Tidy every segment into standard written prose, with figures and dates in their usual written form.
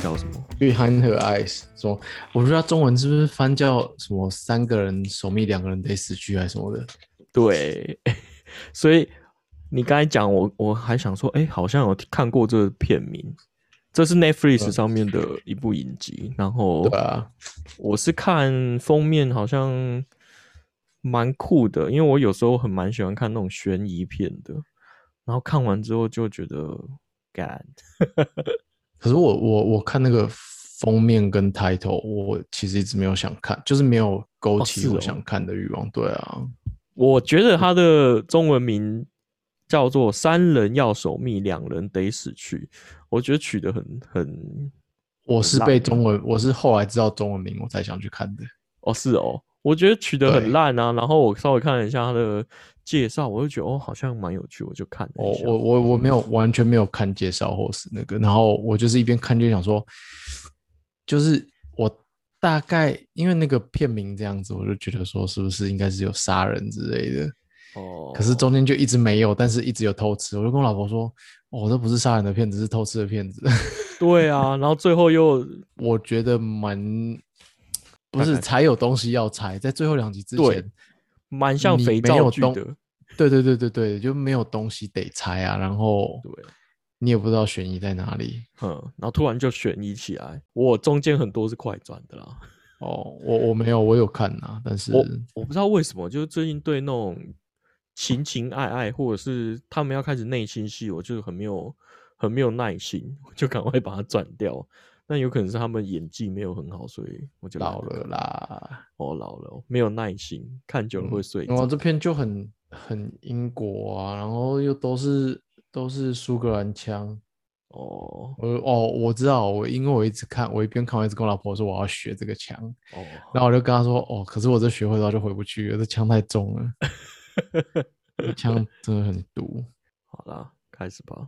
叫什么？ Behind Her Eyes，说我觉得他中文是不是翻叫什么三个人守密，两个人得死去还是什么的？ 对，所以你刚才讲我还想说，好像有看过这个片名，这是 Netflix 上面的一部影集，然后对啊， 我是看封面好像蛮酷的，因为我有时候蛮喜欢看那种悬疑片的，然后看完之后就觉得干。 可是我看那个封面跟 title，我其实一直没有想看，就是没有勾起我想看的欲望。对啊， 我觉得它的中文名叫做“三人要守密，两人得死去”，我觉得取得很我是被中文，我是后来知道中文名我才想去看的。 哦，是哦，我觉得取得很对， 烂啊。然后我稍微看了一下它的介绍，我就觉得好像蛮有趣，我就看了一下。 我没有完全没有看介绍或是那个，然后我就是一边看就想说，就是我大概因为那个片名这样子，我就觉得说是不是应该是有杀人之类的。可是中间就一直没有，但是一直有偷吃，我就跟我老婆说：“哦，这不是杀人的片子，是偷吃的片子。” 对啊，然后最后又我觉得不是才有东西要猜，在最后2集之前， 蛮像肥皂剧的。 对，就没有东西得猜啊，然后对， 你也不知道悬疑在哪里。 然后突然就悬疑起来，我中间很多是快转的啦。 哦，我没有，我有看啊，但是我不知道为什么，就是最近对那种情情爱爱，或者是他们要开始内心戏，我就很没有耐心，我就赶快把它转掉。但有可能是他们演技没有很好，所以我就老了啦。 老了，没有耐心，看久了会睡着。 这片就很英国啊，然后又都是苏格兰腔。我知道，因为我一直看，我一边看我一直跟我老婆说我要学这个腔。然后我就跟她说，可是我这学会的话就回不去了，这腔太重了，这腔真的很毒。 好啦，开始吧。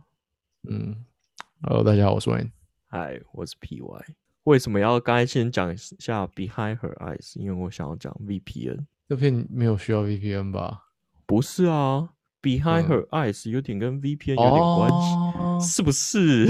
Hello，大家好，我是 Wayne。 嗨，我是 PY。为什么要刚才先讲一下 Behind Her Eyes？因为我想要讲 VPN。 这片没有需要 VPN 吧？ 不是啊，Behind Her Eyes 有点跟 VPN 有点关系，是不是？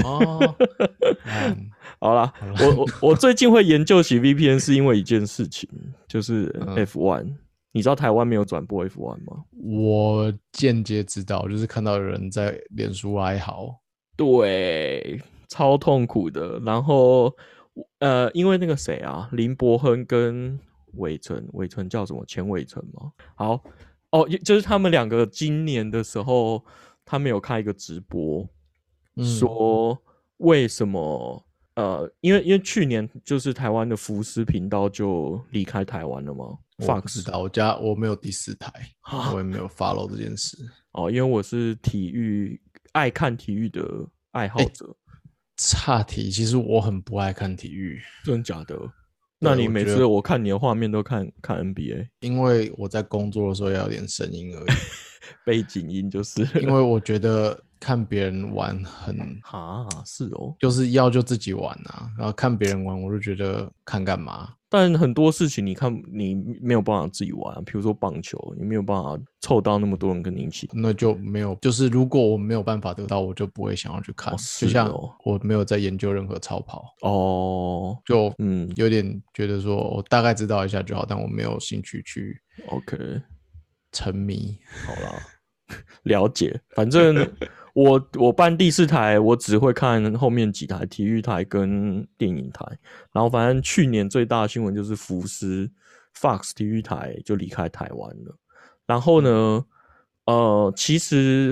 好啦，我最近会研究起 VPN 是因为一件事情，就是 F1。你知道台湾没有转播 F1 吗？ 我间接知道，就是看到有人在脸书哀嚎。 对，超痛苦的。然后因为那个谁啊，林柏亨跟伟成叫什么？钱伟成吗？好就是他们两个今年的时候，他们有开一个直播，说为什么因为去年就是台湾的福斯频道就离开台湾了吗？ 我不知道，我没有第4台，我也没有 follow 这件事。 因为我是爱看体育的爱好者。 岔题，其实我很不爱看体育。 真的假的？那你每次我看你的画面都看 NBA？ 因为我在工作的时候要有点声音而已， 背景音就是。 因为我觉得看别人玩是哦， 就是要就自己玩啊，然后看别人玩我就觉得看干嘛？ 但很多事情你没有办法自己玩，比如说棒球，你没有办法凑到那么多人跟你一起， 那就没有。就是如果我没有办法得到，我就不会想要去看。就像我没有在研究任何超跑就有点觉得说我大概知道一下就好，但我没有兴趣去沉迷。 好啦，了解。反正我办第4台，我只会看后面几台体育台跟电影台。然后反正去年最大的新闻就是福斯 Fox 体育台就离开台湾了。然后呢，其实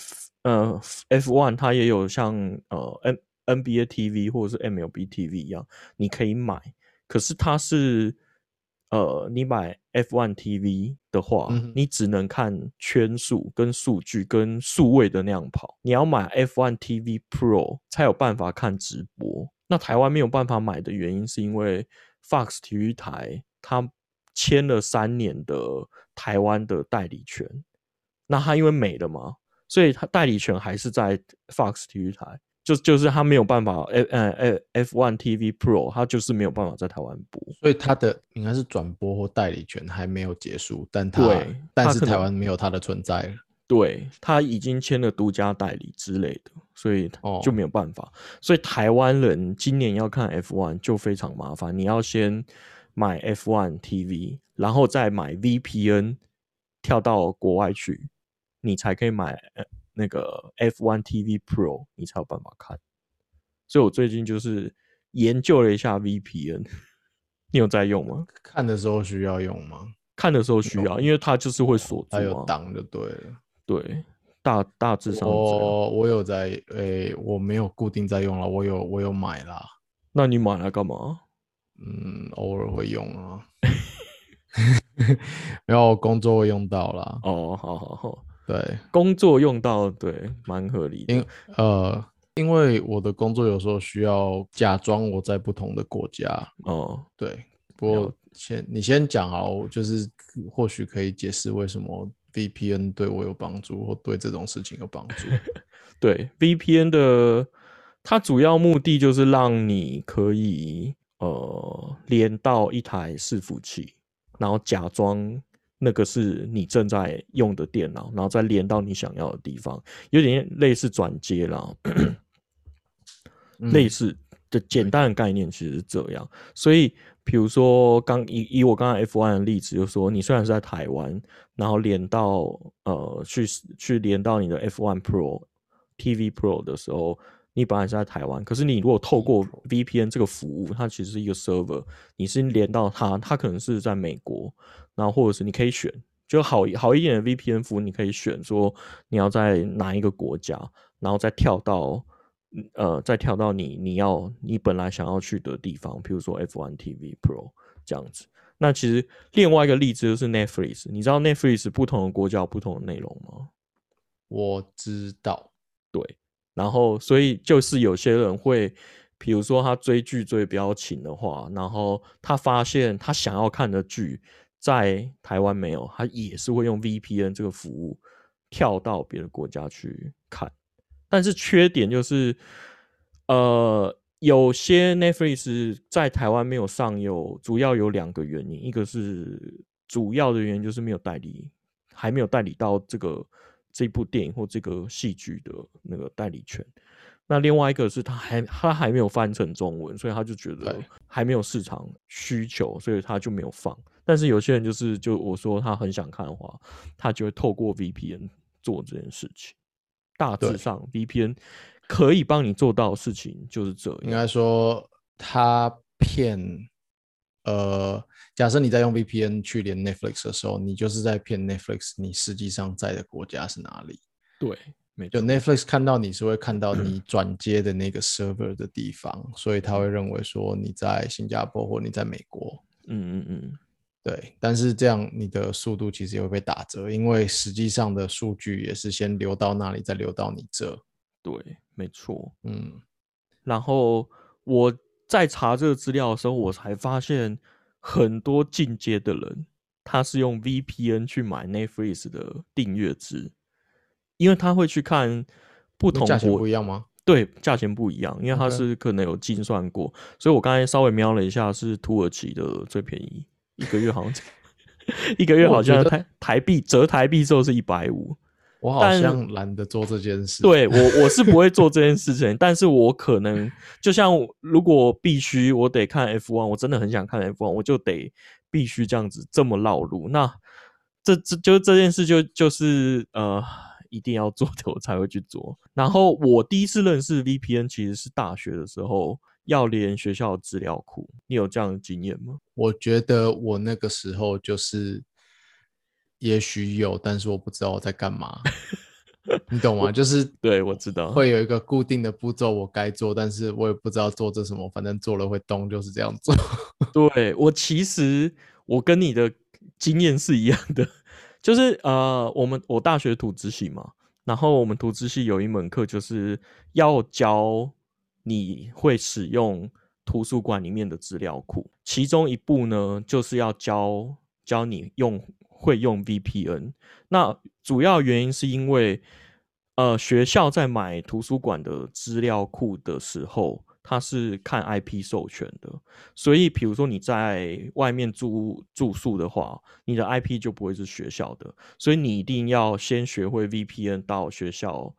F1 它也有像NBA TV 或者是 MLB TV 一样，你可以买。可是它是你买 F1 TV 的话，你只能看圈数跟数据跟数位的那样跑。你要买 F1 TV Pro 才有办法看直播。那台湾没有办法买的原因是因为 Fox 体育台它签了3年的台湾的代理权，那它因为没了嘛，所以它代理权还是在 Fox 体育台。就是他没有办法F1 TV Pro 他就是没有办法在台湾播， 所以他的应该是转播或代理权还没有结束，但是台湾没有他的存在了。 对，他已经签了独家代理之类的， 所以就哦， 没有办法。所以台湾人今年要看 F1 就非常麻烦，你要先买 F1 TV，然后再买 VPN 跳到国外去，你才可以买那个 F1 TV Pro， 你才有办法看。所以我最近就是研究了一下 VPN， 你有在用吗？ 看的时候需要用吗？ 看的时候需要，因为它就是会锁它有住啊。 挡就对了。 对，大致上是这样。 我有在，我没有固定在用了，我有买啦。 那你买来干嘛？ 偶尔会用啊，然后工作会用到啦。 哦，好好好， 对， 工作用到，对，蛮合理的。 因为我的工作有时候需要假装我在不同的国家。 哦， 对，不了过你先讲好，就是或许可以解释为什么 VPN 对我有帮助，或对这种事情有帮助。 对 VPN 的，它主要目的就是让你可以连到一台伺服器，然后假装那个是你正在用的电脑，然后再连到你想要的地方，有点类似转接啦。类嗯， 似的简对， 单的概念其实是这样。所以，比如说以我刚才 F1 的例子，就是说你虽然是在台湾，然后连到去连到你的 F1 Pro TV Pro 的时候，你本来是在台湾，可是你如果透 T 过 Pro， VPN 这个服务，它其实是一个 server，你是连到它可能是在美国，然后或者是你可以选。就好一点的 VPN 服务，你可以选说你要在哪一个国家，然后再跳到你本来想要去的地方，比如说 F1 TV Pro 这样子。那其实另外一个例子就是 Netflix，你知道 Netflix 不同的国家有不同的内容吗？ 我知道。 对，然后所以就是有些人会，比如说他追剧追比较勤的话，然后他发现他想要看的剧在台湾没有，他也是会用 VPN 这个服务跳到别的国家去看。但是缺点就是，有些 Netflix 在台湾没有上主要有2个原因，一个是主要的原因就是没有代理，还没有代理到这部电影或这个戏剧的那个代理权。那另外一个是他还没有翻成中文，所以他就觉得对还没有市场需求，所以他就没有放。但是有些人就我说他很想看的话，他就会透过 VPN 做这件事情。大致对， 上 VPN 可以帮你做到的事情就是这样。 应该说它骗，假设你在用 VPN 去连 Netflix 的时候，你就是在骗 Netflix，你实际上在的国家是哪里？ 对，没就错。 Netflix 看到你是会看到你转接的那个 server 的地方，所以他会认为说你在新加坡或你在美国。 嗯嗯嗯， 对，但是这样你的速度其实也会被打折，因为实际上的数据也是先流到那里，再流到你这。 对，没错。 嗯， 然后我在查这个资料的时候，我才发现很多进阶的人，他是用 VPN 去买 Netflix 的订阅制，因为他会去看不因为价钱同国， 不一样吗对，价钱不一样，因为他 ？OK， 是可能有精算过，所以我刚才稍微瞄了一下，是土耳其的最便宜，一个月好像一个月好像我觉得台币折台币之后是150， 我好但像懒得做这件事。 对我是不会做这件事情，但是我可能就像如果必须我得看 F1，我真的很想看 F1，我就得必须这样子这么绕路。那就是这件事就是一定要做的我才会去做。然后我第一次认识 VPN 其实是大学的时候要连学校的资料库，你有这样的经验吗？ 我觉得我那个时候就是也许有，但是我不知道我在干嘛，你懂吗？ 我就是对我知道。 会有一个固定的步骤我该做，但是我也不知道做这什么，反正做了会动，就是这样做。 对，其实我跟你的经验是一样的，就是我大学图资系嘛，然后我们图资系有一门课就是要教你会使用图书馆里面的资料库，其中一步呢就是要教你会用 VPN。那主要原因是因为学校在买图书馆的资料库的时候，它是看 IP 授权的。所以，比如说你在外面住宿的话，你的 IP 就不会是学校的，所以你一定要先学会 VPN 到学校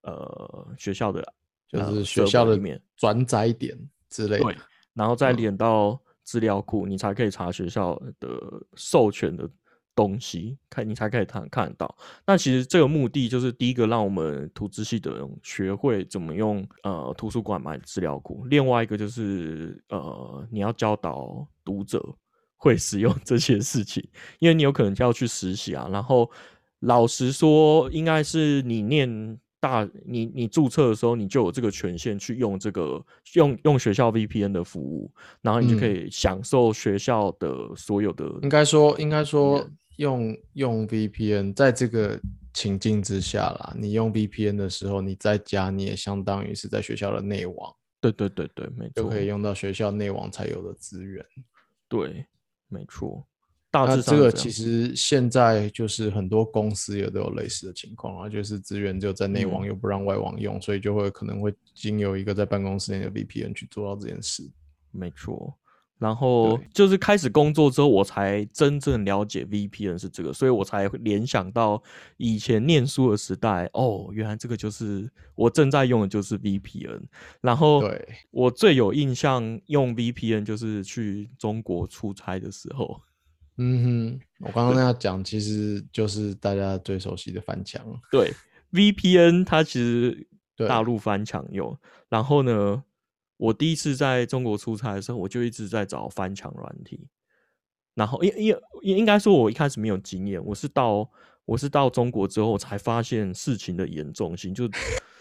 学校的就是学 server 校的里面， 转载点之类对， 的。 然后再连到资料库，你才可以查学校的授权的东西，你才可以看得到。那其实这个目的就是第一个，让我们图资系的人学会怎么用图书馆买资料库；另外一个就是你要教导读者会使用这些事情，因为你有可能就要去实习啊。然后老实说，应该是你你注册的时候，你就有这个权限去用用学校 VPN 的服务，然后你就可以享受学校的所有的。 应该说用 VPN，在这个情境之下啦，你用 VPN 的时候，你在家你也相当于是在学校的内网， 对对对对，没就可以错， 用到学校内网才有的资源。 对，没错，大那致这个其上是这样。 实现在就是很多公司也都有类似的情况啊，就是资源只有在内网嗯， 又不让外网用，所以就会可能会经由一个在办公室内的 VPN 去做到这件事。 没错。然后对， 就是开始工作之后，我才真正了解 VPN 是这个，所以我才联想到以前念书的时代，哦，原来这个就是我正在用的就是 VPN。然后对， 我最有印象用 VPN 就是去中国出差的时候， 嗯哼，我刚刚对那样讲，其实就是大家最熟悉的翻墙。 对，VPN 它其实大对， 陆翻墙用，然后呢，我第一次在中国出差的时候，我就一直在找翻墙软体。然后应该说，我一开始没有经验，我是到中国之后才发现事情的严重性，就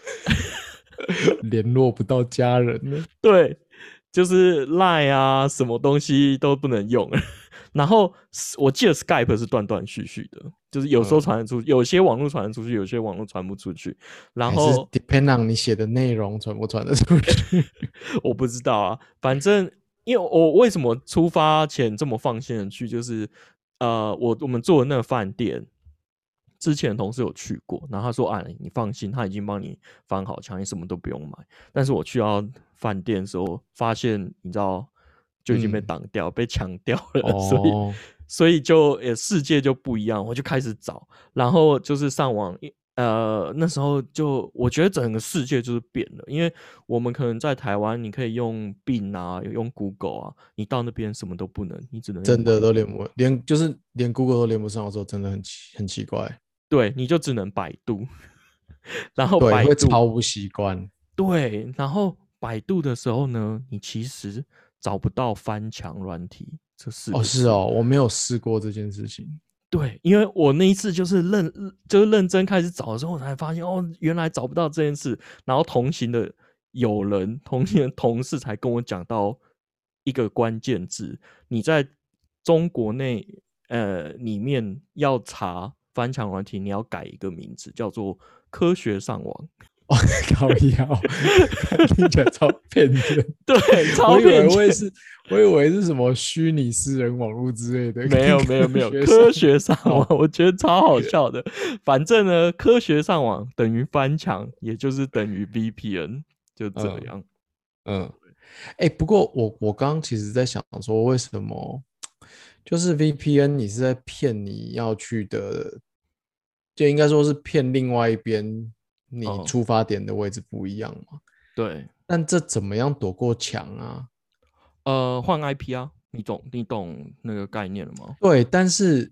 联络不到家人了。 对，就是 Line 啊，什么东西都不能用。然后我记得 Skype 是断断续续的，就是有时候嗯， 传得出，有些网络传得出去，有些网络传不出去。然还是后 depend on 你写的内容传不传得出去。 我不知道啊，反正因为我为什么出发前这么放心的去，就是我们住的那个饭店，之前的同事有去过，然后他说啊，你放心，他已经帮你翻好墙，你什么都不用买。但是我去到饭店的时候，发现你知道就已经被嗯， 挡掉、被抢掉了， 哦， 所以就世界就不一样，我就开始找，然后就是上网。那时候就我觉得整个世界就是变了，因为我们可能在台湾，你可以用 Bing 啊，用 Google 啊，你到那边什么都不能，你只能用真的百度， 都连 Google 都连不上的时候，真的很奇怪。 对，你就只能百度，然后对，会百度， 超不习惯。 对，然后百度的时候呢，你其实找不到翻墙软体这四哦， 个字， 是哦，我没有试过这件事情。 对，因为我那一次就是认真开始找的时候，我才发现哦，原来找不到这件事。然后同行的同行的同事才跟我讲到一个关键字：你在中国内里面要查翻墙软体，你要改一个名字，叫做科学上网。 哦，靠腰，听起来超骗人。 对，超我以为骗钱。 我以为是什么虚拟私人网络之类的， 没跟有没有没有， 科学上科学上网， 哦， 我觉得超好笑的。反正呢，科学上网等于翻墙，也就是等于 VPN，就这嗯样。 嗯，哎，不过我刚刚其实在想说，为什么就是 VPN 你是在骗你要去的，就应该说是骗另外一边你哦， 出发点的位置不一样嘛？ 对， 但这怎么样躲过墙啊？ 换 IP 啊，你懂那个概念了吗？ 对，但是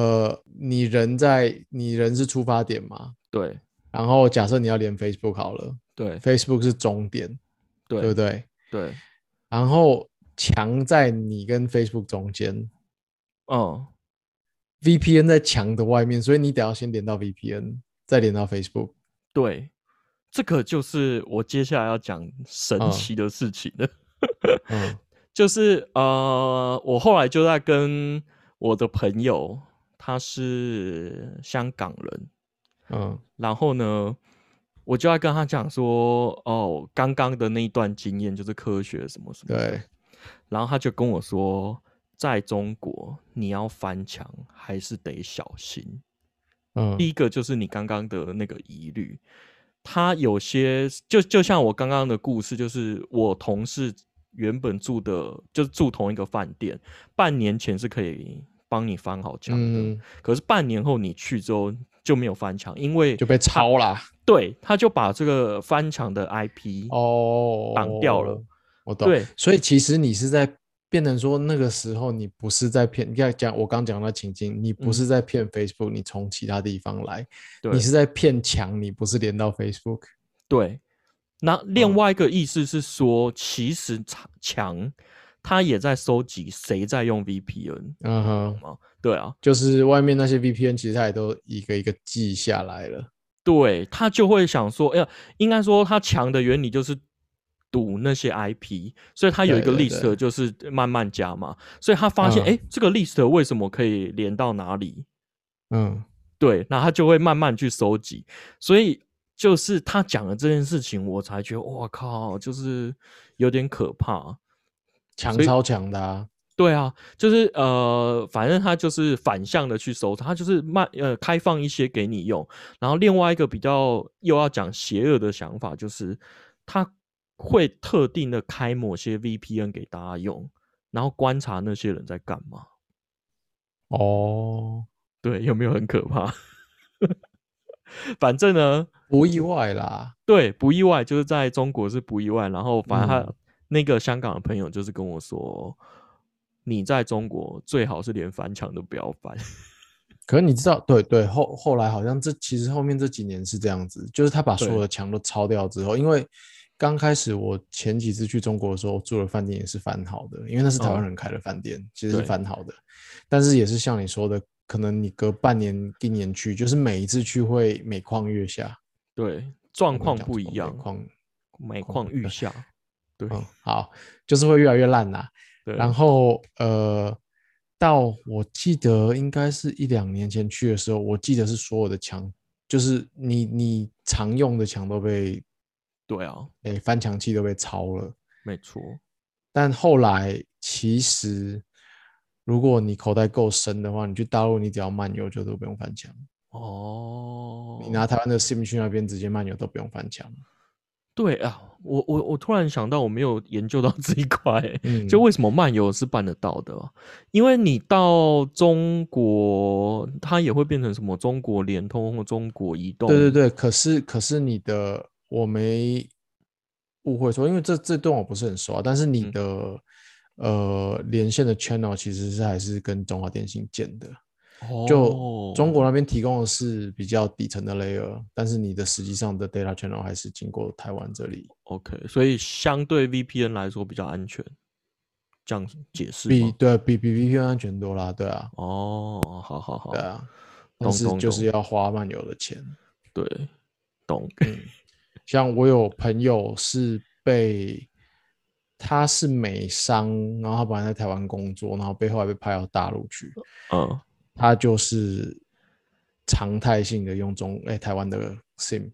你人是出发点嘛？ 对然后假设你要连 Facebook 好了对 ，Facebook 是终点，对不对对？ 对， 然后墙在你跟 Facebook 中间嗯， ，VPN 在墙的外面，所以你得要先连到 VPN，再连到 Facebook。 对，这个就是我接下来要讲神嗯奇的事情了。 嗯就是我后来就在跟我的朋友，他是香港人， 嗯， 然后呢，我就在跟他讲说，哦，刚刚的那一段经验就是科学什么什么的， 对， 然后他就跟我说，在中国你要翻墙还是得小心。第嗯一个就是你刚刚的那个疑虑，他有些就像我刚刚的故事，就是我同事原本就是住同一个饭店，半年前是可以帮你翻好墙的， 嗯可是半年后你去之后， 就没有翻墙，因为就被抄啦。 对，他就把这个翻墙的 IP 挡掉了。 我懂。 对， 所以其实你是在变成说那个时候你不是在骗，你看我刚讲的情境，你不是在骗 Facebook，你从其他地方来，你是在骗墙，你不是连到 Facebook。 对，那另外一个意思是说，其实墙他也在收集谁在用 VPN。对啊， 就是外面那些 VPN 其实他也都一个一个记下来了。 对，他就会想说，应该说他墙的原理就是赌那些 IP， 所以他有一个 list 就是慢慢加嘛，所以他发现，这个 list 为什么可以连到哪里？对，那他就会慢慢去收集，所以就是他讲的这件事情，我才觉得，哇靠，就是有点可怕， 强超强的啊。 对啊，就是反正他就是反向的去搜查，他就是开放一些给你用，然后另外一个比较又要讲邪恶的想法，就是他会特定的开某些 VPN 给大家用，然后观察那些人在干嘛。对，有没有很可怕？反正呢， 不意外啦。 对，不意外，就是在中国是不意外。然后反正他那个香港的朋友就是跟我说。你在中国最好是连翻墙都不要翻。 可是你知道，对，后来好像其实后面这几年是这样子，就是他把所有的墙都抄掉之后，因为刚开始我前几次去中国的时候住的饭店也是翻好的，因为那是台湾人开的饭店，其实是翻好的，但是也是像你说的，可能你隔半年一年去，就是每一次去会每况愈下。 对，状况不一样，每况愈下。对， 好，就是会越来越烂啦。然后到我记得应该是1-2年前去的时候，我记得是所有的墙，就是你常用的墙都被， 对啊， 翻墙器都被抄了， 没错。 但后来其实如果你口袋够深的话，你去大陆你只要漫游就都不用翻墙。你拿台湾的 SIM 去那边直接漫游都不用翻墙。 对啊，我突然想到，我没有研究到这一块，就为什么漫游是办得到的？因为你到中国，它也会变成什么中国联通或中国移动。 对，可是你的我没误会说，因为这段我不是很熟啊，但是你的连线的 channel 其实是还是跟中华电信建的。就中国那边提供的是比较底层的 layer， 但是你的实际上的 data channel 还是经过台湾这里。 OK， 所以相对 VPN 来说比较安全，这样解释吗？ 比 VPN 安全多啦，对啊。 好， 对啊，但是就是要花漫游的钱。 对，懂。 像我有朋友是他是美商，然后他本来在台湾工作，然后后来被派到大陆去。他就是常态性的用台湾的 SIM。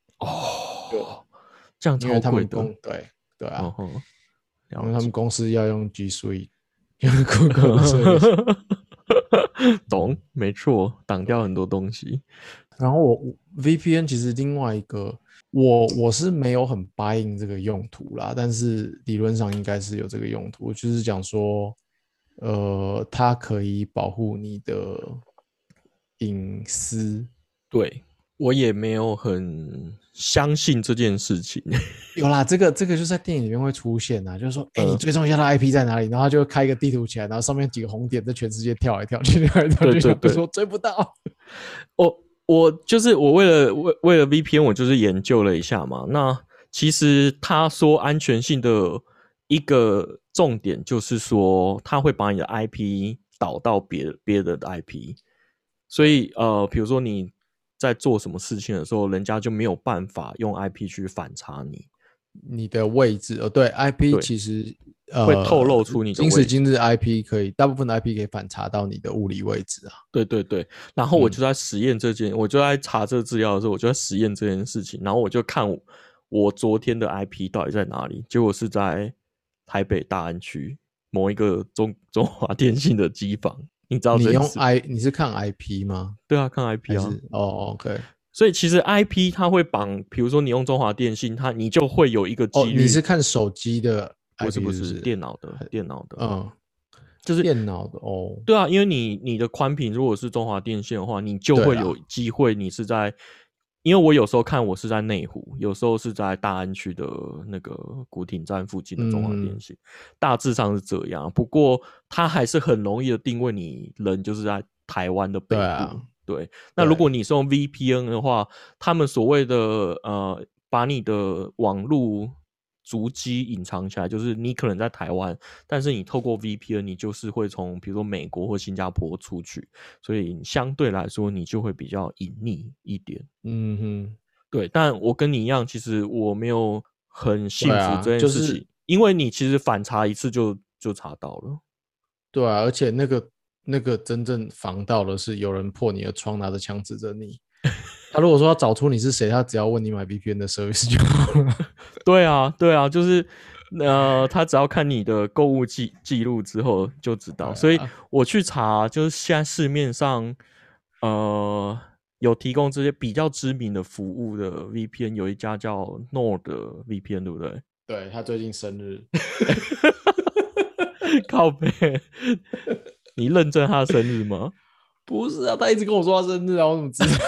这样超贵的。 对啊，因为他们公司要用 G Suite， 用 Google 的 service。懂，没错，挡掉很多东西。 然后VPN 其实另外一个，我是没有很 buy in 这个用途啦，但是理论上应该是有这个用途，就是讲说，它可以保护你的隐私。 对，我也没有很相信这件事情。 有啦，这个就是在电影里面会出现啊，就是说，你追踪一下他 IP 在哪里，然后他就开一个地图起来，然后上面几个红点在全世界跳来跳去，跳来跳去，就说追不到。 我就是我为了 VPN， 我就是研究了一下嘛。那其实他说安全性的一个重点就是说，他会把你的 IP 导到别人的 IP， 所以比如说你在做什么事情的时候，人家就没有办法用 IP 去反查你的位置。对 IP 其实会透露出你的位置。 今时 IP 可以，大部分的 IP 可以反查到你的物理位置啊。 对，然后我就在实验我就在查这个资料的时候，我就在实验这件事情，然后我就看我昨天的 IP 到底在哪里，结果是在台北大安区某一个中华电信的机房。你知道你是看 IP 吗？ 对啊，看 IP 啊。 OK。 所以其实 IP 它会绑，比如说你用中华电信，你就会有一个几率。 你是看手机的 IP， 不是电脑的。 就是电脑的哦， 对啊，因为你的宽频如果是中华电信的话，你就会有机会你是在。因为我有时候看我是在内湖，有时候是在大安区的那个古亭站附近的中华电信，大致上是这样。不过它还是很容易的定位你人就是在台湾的北部。对，那如果你是用 VPN 的话，他们所谓的把你的网路足迹隐藏起来，就是你可能在台湾，但是你透过 VPN，你就是会从比如说美国或新加坡出去，所以相对来说你就会比较隐匿一点。对，但我跟你一样，其实我没有很幸福这件事情，因为你其实反查一次就查到了。 对啊，而且那个真正防到的是有人破你的窗，拿着枪指着你。他如果说要找出你是谁，他只要问你买 VPN 的 service 就好了。 对啊，对啊，就是他只要看你的购物记录之后就知道。所以我去查，就是现在市面上有提供这些比较知名的服务的 VPN， 有一家叫 Nord VPN， 对不对？ 对，他最近生日。 靠北，你认证他的生日吗？ 不是啊，他一直跟我说他生日啊，我怎么知道？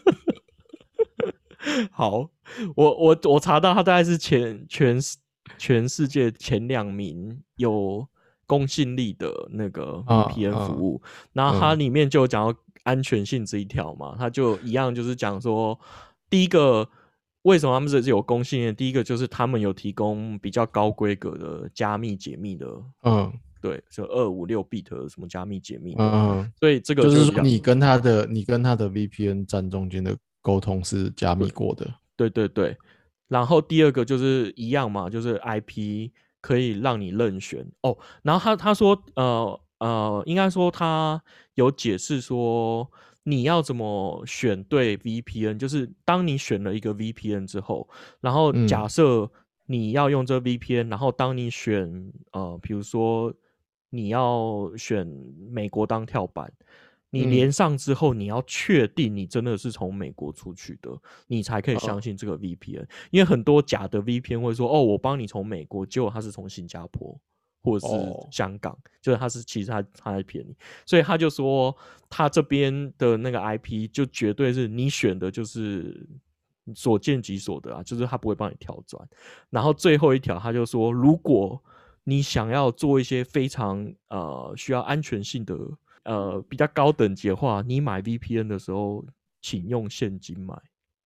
好，我查到他大概是全世界前2名有公信力的那个 VPN 服务，然后它里面就有讲到安全性这一条嘛，它就一样就是讲说，第一个为什么他们是有公信力？第一个就是他们有提供比较高规格的加密解密的，对，就256bit 什么加密解密的，所以这个就是说你跟他的 VPN 站中间的沟通是加密过的。 对对对，然后第二个就是一样嘛，就是 IP 可以让你任选哦。然后他说应该说他有解释说你要怎么选对 VPN，就是当你选了一个 VPN 之后，然后假设你要用这 VPN，然后当你选比如说你要选美国当跳板。你连上之后，你要确定你真的是从美国出去的，你才可以相信这个 VPN。因为很多假的 VPN 会说，哦，我帮你从美国，结果他是从新加坡或者是香港，就是其实他在骗你。所以他就说，他这边的那个 IP 就绝对是你选的，就是所见即所得啊，就是他不会帮你跳转。然后最后一条，他就说，如果你想要做一些非常需要安全性的。比较高等级的话，你买 VPN 的时候，请用现金买，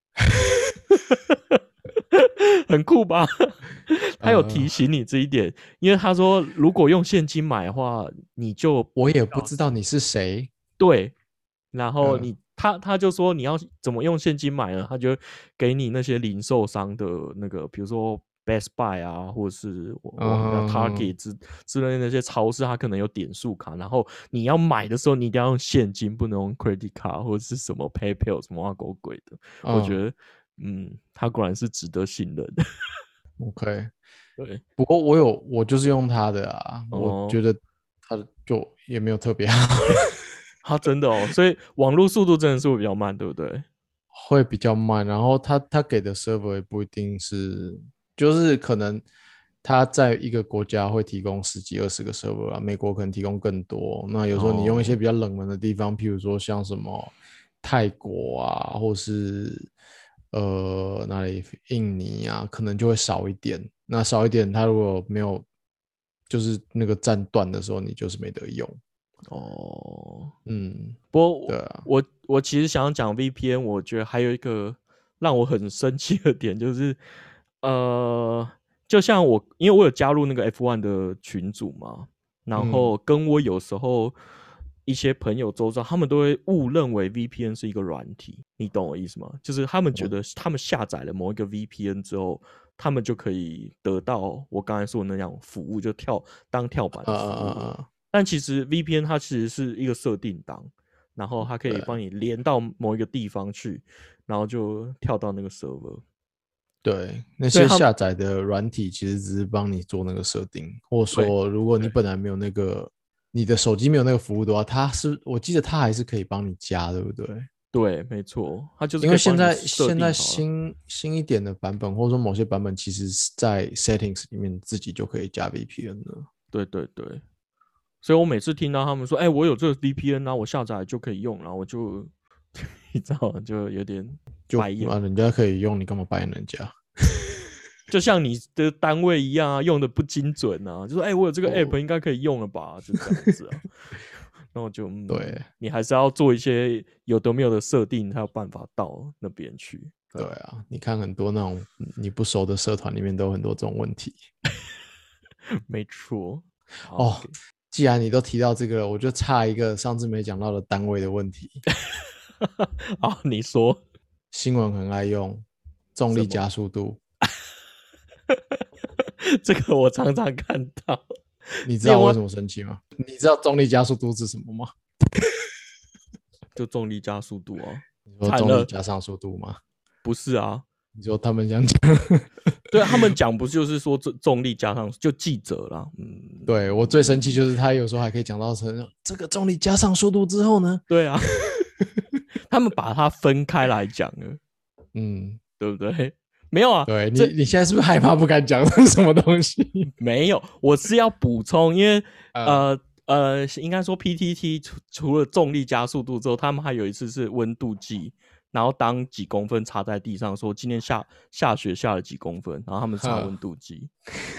很酷吧？他有提醒你这一点，因为他说，如果用现金买的话，你就我也不知道你是谁。 对，然后他就说你要怎么用现金买呢？他就给你那些零售商的那个，比如说。Best Buy 啊，或者是Target 之类的那些超市，它可能有点数卡，然后你要买的时候，你一定要用现金，不能用 credit card 或者是什么 PayPal 什么挖狗鬼的。我觉得，他果然是值得信任的。 OK， 对， 不过我就是用他的啊，我觉得他的就也没有特别好。 他真的哦，所以网络速度真的是会比较慢，对不对？ 会比较慢，然后他给的 server 也不一定是。就是可能他在一个国家会提供10几20个 server 啊，美国可能提供更多。那有时候你用一些比较冷门的地方，譬如说像什么泰国啊，或是哪里印尼啊，可能就会少一点。那少一点，他如果没有就是那个站断的时候，你就是没得用。 不过对啊， 我其实想要讲 VPN，我觉得还有一个让我很生气的点就是。就像因为我有加入那个 F1 的群组嘛，然后跟我有时候一些朋友周遭，他们都会误认为 VPN 是一个软体，你懂我意思吗？就是他们觉得他们下载了某一个 VPN 之后，他们就可以得到我刚才说的那样服务，就当跳板的服务。但其实 VPN 它其实是一个设定档，然后它可以帮你连到某一个地方去，然后就跳到那个 server。 对，那些下载的软体其实只是帮你做那个设定，或者说如果你本来没有那个，你的手机没有那个服务的话，我记得它还是可以帮你加，对不对？ 对，没错，它就是因为现在新一点的版本，或者说某些版本，其实在 settings 里面自己就可以加 VPN 了。 对对对， 所以我每次听到他们说，我有这个 VPN 啊，我下载就可以用，然后我就你知道吗，就有点白眼， 人家可以用，你干嘛白眼人家？ 就像你的单位一样啊，用的不精准啊，就说我有这个 app 应该可以用了吧，就这样子啊。然后就对， 你还是要做一些有的没有的设定，才有办法到那边去。 对啊，你看很多那种你不熟的社团里面都有很多这种问题。 没错。 哦，既然你都提到这个了，我就差一个上次没讲到的单位的问题。 好，你说。 新闻很爱用重力加速度， 这个我常常看到。 你知道我为什么生气吗？你知道重力加速度是什么吗？ 就重力加速度啊。 你说重力加上速度吗？ 不是啊。 你说他们这样讲对他们讲不就是说重力加上就记者啦。 对，我最生气就是他有时候还可以讲到成这个重力加上速度之后呢？ 对啊。他们把它分开来讲了。对不对？没有啊。 对，你现在是不是害怕不敢讲是什么东西？ 没有，我是要补充，因为应该说 PTT 除了重力加速度之后，他们还有一次是温度计，然后当几公分插在地上，说今天下雪下了几公分，然后他们插温度计。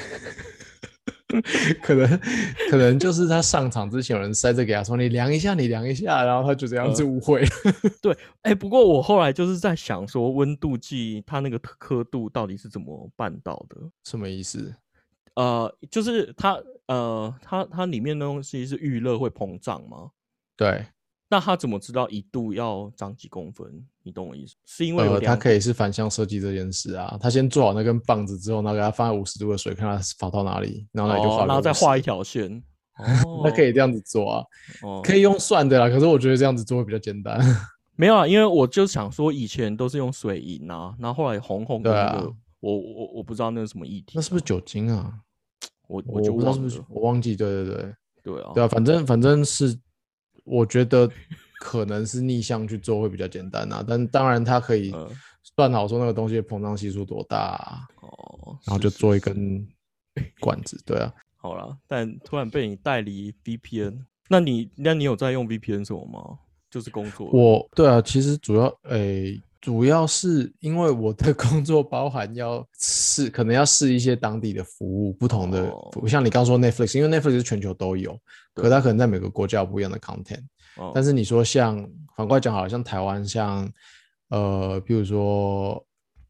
可能就是他上场之前有人塞着给他说你量一下，然后他就这样子误会。 对，不过我后来就是在想说，温度计它那个刻度到底是怎么办到的？ 什么意思？ 就是它里面的东西是预热会膨胀吗？ 对。 那他怎么知道1度要长几公分？你懂我意思？是因为有他可以是反向设计这件事啊。他先做好那根棒子之后，然后给它放在50度的水，看它跑到哪里，然后那就画， 然后再画一条线。 那可以这样子做啊。可以用算的啦，可是我觉得这样子做会比较简单。 没有啊，因为我就想说，以前都是用水银啊，然后后来红的那个，我不知道那是什么议题。 那是不是酒精啊？ 我就不知道是不是，我忘记。对啊，反正是我觉得可能是逆向去做会比较简单啊，但当然它可以算好说那个东西的膨胀系数多大啊，然后就做一根管子。对啊。 好啦，但突然被你带离 VPN， 那你有在用 VPN 什么吗？就是工作。 对啊，其实主要是因为我的工作包含可能要试一些当地的服务，不同的服务，像你刚说 Netflix， 因为 Netflix 是全球都有，可它可能在每个国家有不一样的 content。但是你说反过来讲，好像台湾像比如说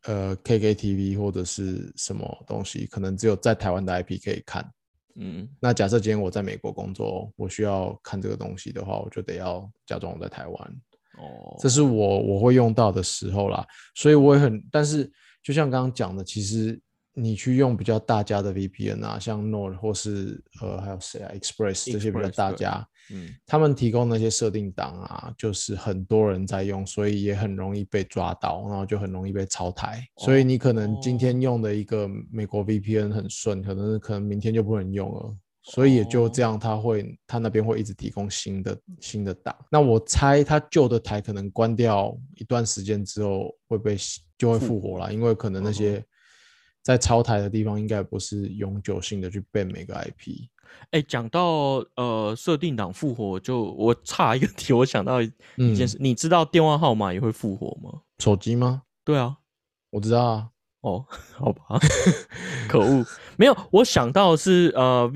KKTV 或者是什么东西，可能只有在台湾的 IP 可以看。那假设今天我在美国工作，我需要看这个东西的话，我就得要假装我在台湾。这是我会用到的时候啦，所以我也但是就像刚刚讲的，其实你去用比较大家的 VPN 啊，像 Nord 或是还有谁啊 Express 这些比较大家，他们提供那些设定档啊，就是很多人在用，所以也很容易被抓到，然后就很容易被抄台。所以你可能今天用的一个美国 VPN 很顺，可能明天就不能用了。所以也就这样，他那边会一直提供新的档。那我猜他旧的台可能关掉一段时间之后就会复活啦，因为可能那些在抄台的地方应该不是永久性的去 ban 每个 IP。 讲到设定档复活，我插一个题，我想到一件事，你知道电话号码也会复活吗？ 手机吗？ 对啊， 我知道啊。 好吧。可恶，没有，我想到的是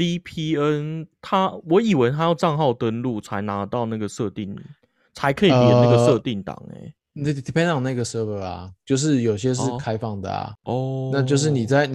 VPN， 我以为他要账号登录才拿到那个设定，才可以连那个设定档 depend on 那个 server 啊，就是有些是开放的啊。那就是你在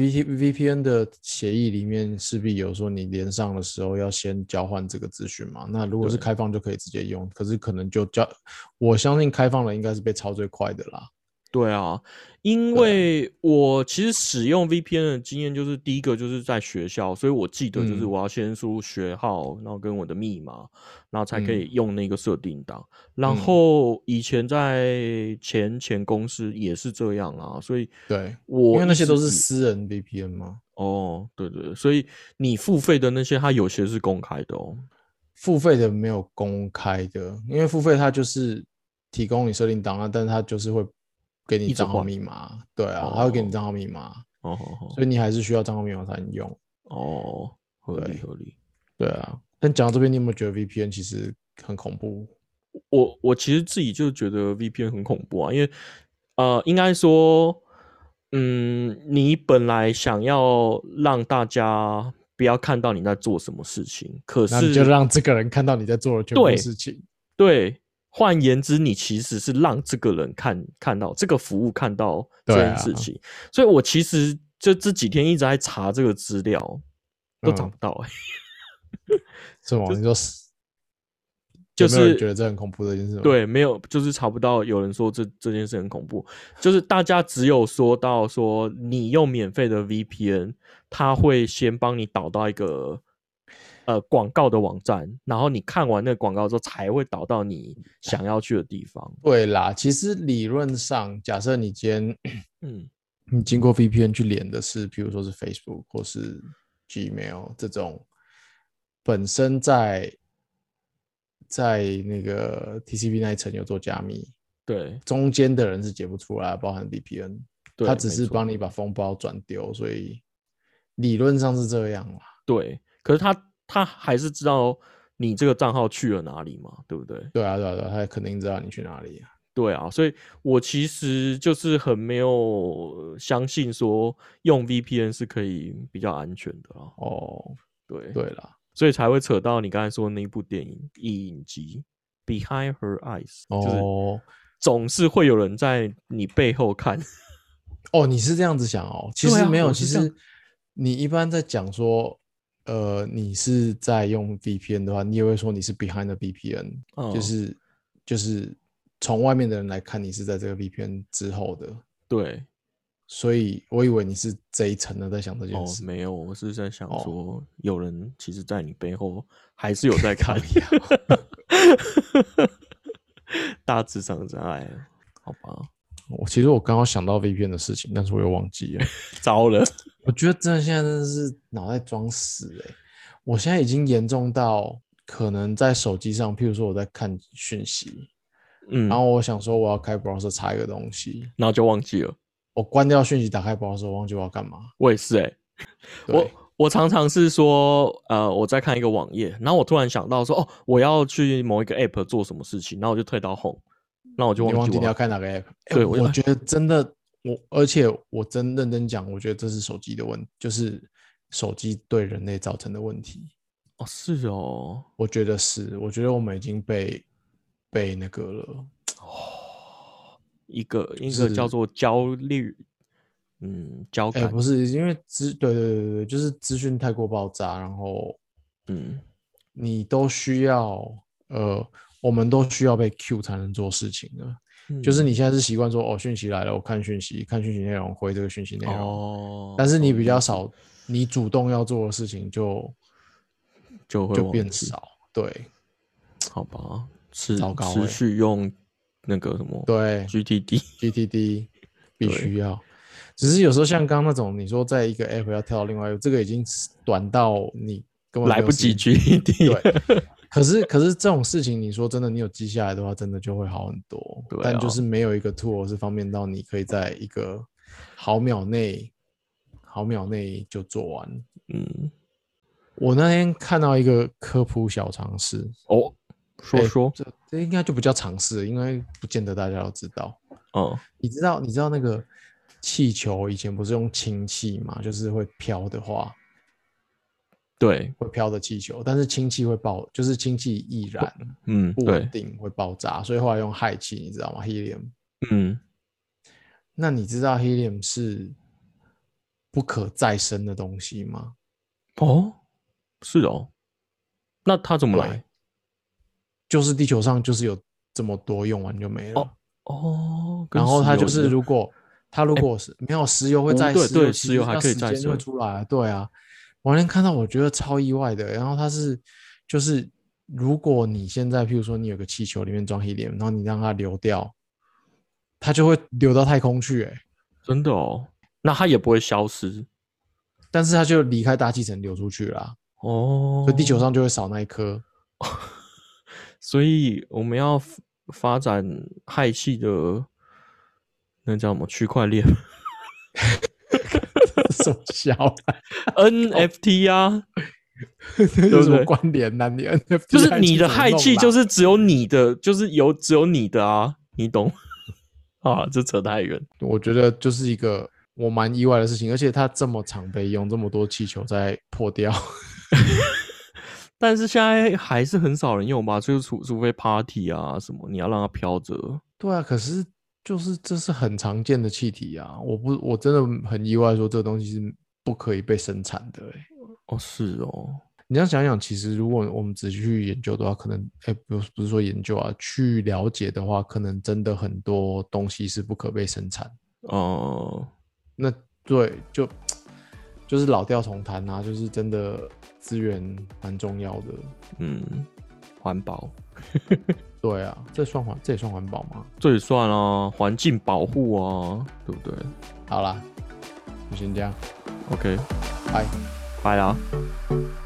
VPN 的协议里面势必有说你连上的时候要先交换这个资讯嘛。那如果是开放就可以直接用，可是可能我相信开放的应该是被抄最快的啦。 对啊，因为我其实使用 VPN 的经验就是第一个就是在学校，所以我记得就是我要先输入学号，然后跟我的密码，然后才可以用那个设定档。然后以前在前公司也是这样啊，所以对，因为那些都是私人 VPN 嘛。 对，所以你付费的那些，它有些是公开的哦。 付费的没有公开的，因为付费它就是提供你设定档案，但是它就是会给你账号密码。对啊，他会给你账号密码。所以你还是需要账号密码才能用。 合理。 对啊， 但讲到这边，你有没有觉得 VPN 其实很恐怖？ 我其实自己就觉得 VPN 很恐怖啊，因为应该说，你本来想要让大家不要看到你在做什么事情，可那你就是让这个人看到你在做的全部事情。 对，换言之，你其实是让这个人看到这个服务看到这件事情，所以我其实就这几天一直在查这个资料，都找不到是吗？你说就是有没有人觉得这很恐怖的一件事吗？ 对，没有，就是查不到有人说这件事很恐怖，就是大家只有说到说你用免费的 VPN，它会先帮你导到一个广告的网站，然后你看完那个广告之后才会导到你想要去的地方。 对啦，其实理论上，假设你今天你经过 VPN 去连的是，比如说是 Facebook 或是 Gmail 这种本身在那个 TCP 那一层有做加密， 对， 中间的人是解不出来，包含 VPN，他只是帮你把封包转丢，所以理论上是这样啦。 对，可是他还是知道你这个账号去了哪里嘛，对不对？ 对啊，他肯定知道你去哪里啊。 对啊，所以我其实就是很没有相信说用 VPN 是可以比较安全的啦。 哦， 对啦， 所以才会扯到你刚才说的那一部电影影集《Behind Her Eyes》，就是总是会有人在你背后看。 哦，你是这样子想哦？其实没有，其实你一般在讲说，你是在用 VPN 的话，你也会说你是 behind the VPN，就是从外面的人来看，你是在这个 VPN 之后的。 对， 所以我以为你是这一层的在想这件事。 没有，我是在想说，有人其实在你背后还是有在看。大致上这样，好吧。 其实我刚刚想到 VPN 的事情，但是我又忘记了。 糟了！ 我觉得现在真的是脑袋装死我现在已经严重到可能在手机上，譬如说我在看讯息，然后我想说我要开 browser 查一个东西， 然后就忘记了。 我关掉讯息，打开 browser，我忘记我要干嘛。 我也是我常常是说，我在看一个网页，然后我突然想到说，我要去某一个 app 做什么事情，然后我就退到 home，那我就忘记你要看哪个 app。 对， 我觉得真的，而且我真认真讲，我觉得这是手机的问题，就是手机对人类造成的问题。 是哦， 我觉得是，我觉得我们已经被那个了。 一个叫做焦虑，焦感。 不是因为对，就是资讯太过爆炸，然后你都需要我们都需要被 Q 才能做事情的。就是你现在是习惯说讯息来了，我看讯息内容，回这个讯息内容。但是你比较少，你主动要做的事情就变少。对， 好吧， 糟糕， 持续用那个什么对 GTD 必须要。只是有时候像刚刚那种，你说在一个 app 要跳到另外一个，这个已经短到你根本来不及 GTD。 对，可是这种事情，你说真的，你有记下来的话，真的就会好很多。但就是没有一个 tool 是方便到你可以在一个毫秒内就做完。我那天看到一个科普小常识说这应该就不叫常识，因为不见得大家都知道。你知道那个气球以前不是用氢气嘛，就是会飘的话， 对， 会飘的气球，但是氢气会爆，就是氢气易燃，不稳定会爆炸，所以后来用氦气，你知道吗 ？Helium。那你知道 Helium 是不可再生的东西吗？ 是哦，那它怎么来？ 就是地球上就是有这么多，用完就没了。 然后它就是如果是没有石油会再生， 对，石油还可以再生， 会出来。对啊，我那天看到我觉得超意外的。然后它是就是如果你现在譬如说你有个气球里面装 helium， 然后你让它流掉，它就会流到太空去。 真的哦，那它也不会消失， 但是它就离开大气层流出去了。所以地球上就会少那一颗。 所以我们要发展氦气的那叫什么区块链？ 什么小 NFT 啊？ 这有什么关联呢？你 NFT 就是你的氦气就是是只有你的，就是只有你的啊，你懂啊？这扯太远。 我觉得就是一个我蛮意外的事情，而且它这么常被用，这么多气球在破掉。 但是现在还是很少人用吧，就是除非 party 啊什么，你要让它飘着。 对啊，可是就是这是很常见的气体啊，我真的很意外，说这个东西是不可以被生产的、欸。 哦，是哦， 你要想想，其实如果我们仔细去研究的话，可能不是说研究啊，去了解的话，可能真的很多东西是不可被生产。 哦、 那对，就是老调重弹啊，就是真的资源蛮重要的。 嗯，环保， 对啊，这也算环保吗？ 这也算啊，环境保护啊，对不对好啦，就先这样 ？OK， 拜。 拜啦。